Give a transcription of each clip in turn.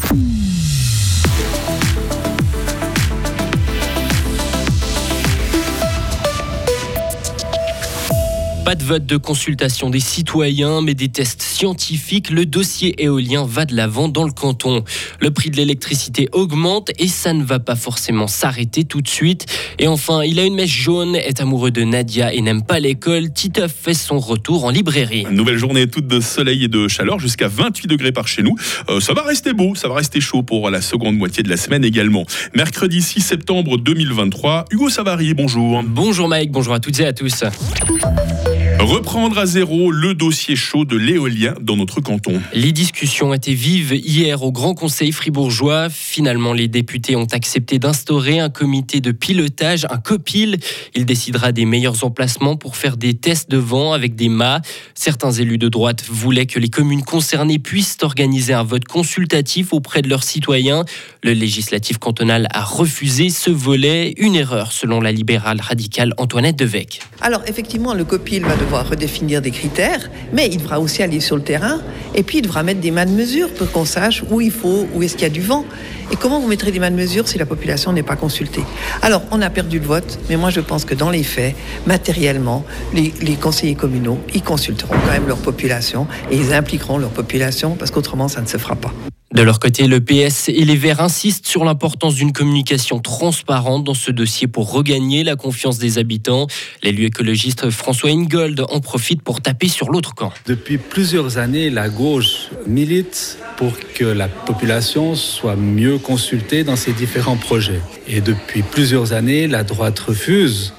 Pas de vote de consultation des citoyens, mais des tests scientifiques. Le dossier éolien va de l'avant dans le canton. Le prix de l'électricité augmente et ça ne va pas forcément s'arrêter tout de suite. Et enfin, il a une mèche jaune, est amoureux de Nadia et n'aime pas l'école. Titeuf fait son retour en librairie. Une nouvelle journée toute de soleil et de chaleur, jusqu'à 28 degrés par chez nous. Ça va rester beau, ça va rester chaud pour la seconde moitié de la semaine également. Mercredi 6 septembre 2023, Hugo Savary, bonjour. Bonjour Mike, bonjour à toutes et à tous. Reprendre à zéro le dossier chaud de l'éolien dans notre canton. Les discussions étaient vives hier au Grand Conseil fribourgeois. Finalement, les députés ont accepté d'instaurer un comité de pilotage, un COPIL. Il décidera des meilleurs emplacements pour faire des tests de vent avec des mâts. Certains élus de droite voulaient que les communes concernées puissent organiser un vote consultatif auprès de leurs citoyens. Le législatif cantonal a refusé ce volet. Une erreur, selon la libérale radicale Antoinette Devecq. Alors, effectivement, le COPIL va devoir redéfinir des critères, mais il devra aussi aller sur le terrain et puis il devra mettre des mains de mesure pour qu'on sache où est-ce qu'il y a du vent. Et comment vous mettrez des mains de mesure si la population n'est pas consultée? Alors, on a perdu le vote, mais moi je pense que dans les faits, matériellement, les conseillers communaux, ils consulteront quand même leur population et ils impliqueront leur population parce qu'autrement ça ne se fera pas. De leur côté, le PS et les Verts insistent sur l'importance d'une communication transparente dans ce dossier pour regagner la confiance des habitants. L'élu écologiste François Ingold en profite pour taper sur l'autre camp. Depuis plusieurs années, la gauche milite pour que la population soit mieux consultée dans ses différents projets. Et depuis plusieurs années, la droite refuse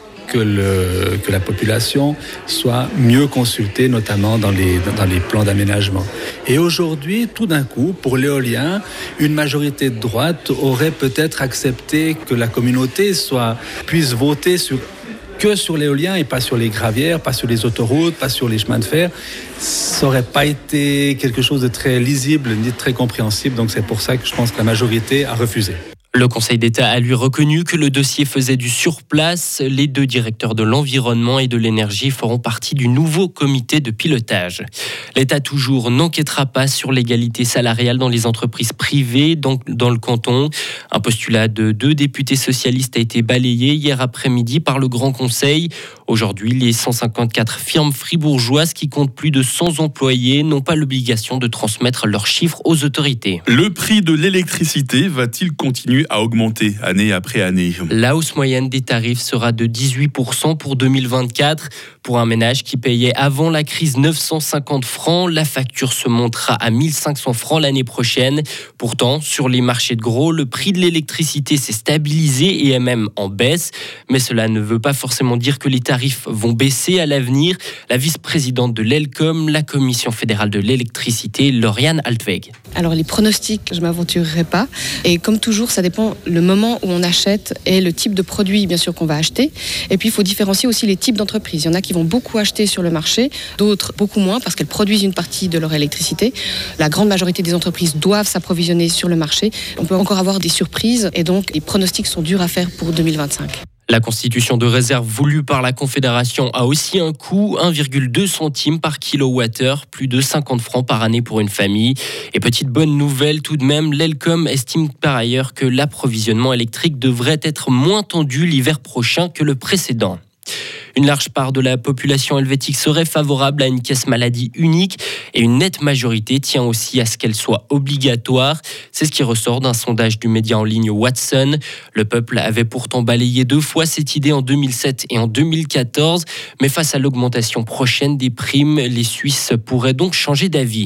que la population soit mieux consultée, notamment dans les plans d'aménagement. Et aujourd'hui, tout d'un coup, pour l'éolien, une majorité de droite aurait peut-être accepté que la communauté puisse voter que sur l'éolien et pas sur les gravières, pas sur les autoroutes, pas sur les chemins de fer. Ça n'aurait pas été quelque chose de très lisible ni de très compréhensible. Donc c'est pour ça que je pense que la majorité a refusé. Le Conseil d'État a lui reconnu que le dossier faisait du surplace. Les deux directeurs de l'environnement et de l'énergie feront partie du nouveau comité de pilotage. L'État toujours n'enquêtera pas sur l'égalité salariale dans les entreprises privées dans le canton. Un postulat de 2 députés socialistes a été balayé hier après-midi par le Grand Conseil. Aujourd'hui, les 154 firmes fribourgeoises qui comptent plus de 100 employés n'ont pas l'obligation de transmettre leurs chiffres aux autorités. Le prix de l'électricité va-t-il continuer à augmenter année après année? La hausse moyenne des tarifs sera de 18% pour 2024. Pour un ménage qui payait avant la crise 950 francs, la facture se montera à 1500 francs l'année prochaine. Pourtant, sur les marchés de gros, le prix de l'électricité s'est stabilisé et est même en baisse. Mais cela ne veut pas forcément dire que les tarifs vont baisser à l'avenir. La vice-présidente de l'ELCOM, la Commission fédérale de l'électricité, Lauriane Altweg. Alors les pronostics, je ne m'aventurerai pas. Et comme toujours, ça dépend le moment où on achète et le type de produit, bien sûr, qu'on va acheter. Et puis, il faut différencier aussi les types d'entreprises. Il y en a qui vont beaucoup acheter sur le marché, d'autres beaucoup moins parce qu'elles produisent une partie de leur électricité. La grande majorité des entreprises doivent s'approvisionner sur le marché. On peut encore avoir des surprises et donc les pronostics sont durs à faire pour 2025. La constitution de réserve voulue par la Confédération a aussi un coût, 1,2 centimes par kilowattheure, plus de 50 francs par année pour une famille. Et petite bonne nouvelle tout de même, l'ELCOM estime par ailleurs que l'approvisionnement électrique devrait être moins tendu l'hiver prochain que le précédent. Une large part de la population helvétique serait favorable à une caisse maladie unique et une nette majorité tient aussi à ce qu'elle soit obligatoire. C'est ce qui ressort d'un sondage du média en ligne Watson. Le peuple avait pourtant balayé 2 fois cette idée en 2007 et en 2014, mais face à l'augmentation prochaine des primes, les Suisses pourraient donc changer d'avis.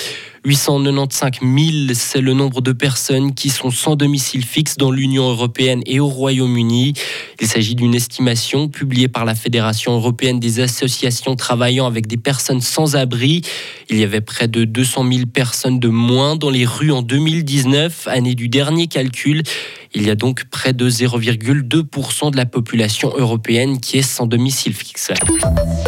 895 000, c'est le nombre de personnes qui sont sans domicile fixe dans l'Union européenne et au Royaume-Uni. Il s'agit d'une estimation publiée par la Fédération européenne des associations travaillant avec des personnes sans abri. Il y avait près de 200 000 personnes de moins dans les rues en 2019, année du dernier calcul. Il y a donc près de 0,2% de la population européenne qui est sans domicile fixe.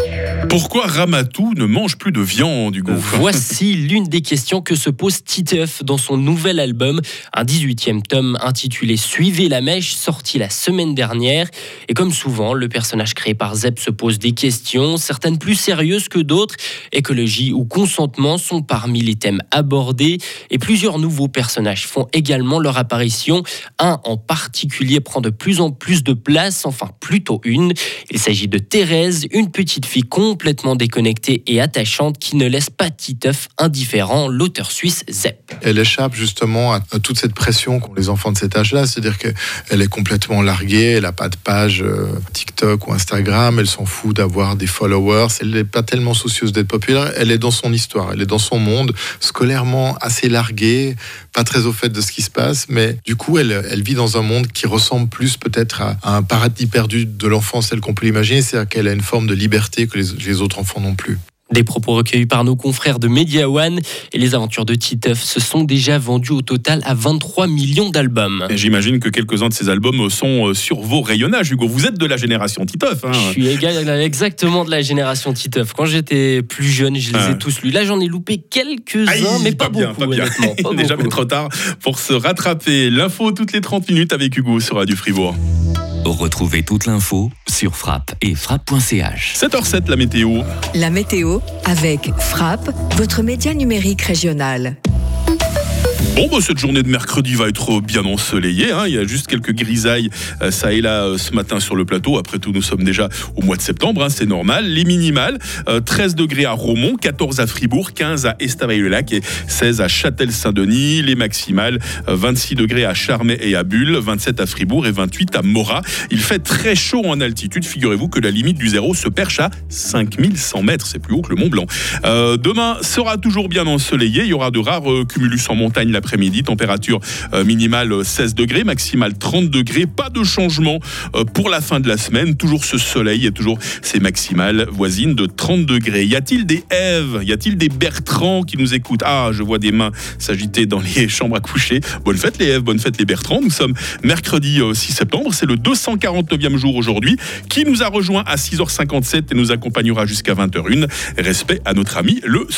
Pourquoi Ramatou ne mange plus de viande, Hugo ? Voici l'une des questions que se pose Titeuf dans son nouvel album, un 18e tome intitulé « Suivez la mèche », sorti la semaine dernière. Et comme souvent, le personnage créé par Zep se pose des questions, certaines plus sérieuses que d'autres. Écologie ou consentement sont parmi les thèmes abordés. Et plusieurs nouveaux personnages font également leur apparition. Un en particulier prend de plus en plus de place, enfin plutôt une. Il s'agit de Thérèse, une petite fille complètement déconnectée et attachante qui ne laisse pas Titeuf indifférent, l'auteur suisse Zep. Elle échappe justement à toute cette pression qu'ont les enfants de cet âge-là, c'est-à-dire qu'elle est complètement larguée, elle n'a pas de page TikTok ou Instagram, elle s'en fout d'avoir des followers, elle n'est pas tellement soucieuse d'être populaire, elle est dans son histoire, elle est dans son monde, scolairement assez larguée, pas très au fait de ce qui se passe, mais du coup elle vit dans un monde qui ressemble plus peut-être à un paradis perdu de l'enfance tel qu'on peut l'imaginer, c'est-à-dire qu'elle a une forme de liberté que les autres enfants n'ont plus. Des propos recueillis par nos confrères de Media One, et les aventures de Titeuf se sont déjà vendues au total à 23 millions d'albums. Et j'imagine que quelques-uns de ces albums sont sur vos rayonnages, Hugo. Vous êtes de la génération Titeuf. Je suis exactement de la génération Titeuf. Quand j'étais plus jeune, je les ai tous lus. Là, j'en ai loupé quelques-uns, mais pas beaucoup. Pas bien. Il n'est jamais trop tard pour se rattraper. L'info toutes les 30 minutes avec Hugo sur Radio Fribourg. Retrouvez toute l'info sur Frappe et frappe.ch. 7h07, la météo. La météo avec Frappe, votre média numérique régional. Bon, cette journée de mercredi va être bien ensoleillée. Il y a juste quelques grisailles ça et là ce matin sur le plateau. Après tout, nous sommes déjà au mois de septembre, c'est normal. Les minimales, 13 degrés à Romont, 14 à Fribourg, 15 à Estavayer-le-Lac et 16 à Châtel-Saint-Denis. Les maximales, 26 degrés à Charmey et à Bulle, 27 à Fribourg et 28 à Morat. Il fait très chaud en altitude. Figurez-vous que la limite du zéro se perche à 5100 mètres. C'est plus haut que le Mont Blanc. Demain sera toujours bien ensoleillé. Il y aura de rares cumulus en montagne l'après-midi, température minimale 16 degrés, maximale 30 degrés, pas de changement pour la fin de la semaine, toujours ce soleil et toujours ces maximales voisines de 30 degrés. Y a-t-il des Ève, y a-t-il des Bertrand qui nous écoutent ? Ah, je vois des mains s'agiter dans les chambres à coucher. Bonne fête les Ève, bonne fête les Bertrand. Nous sommes mercredi 6 septembre, c'est le 249e jour aujourd'hui, qui nous a rejoint à 6h57 et nous accompagnera jusqu'à 20h01. Respect à notre ami le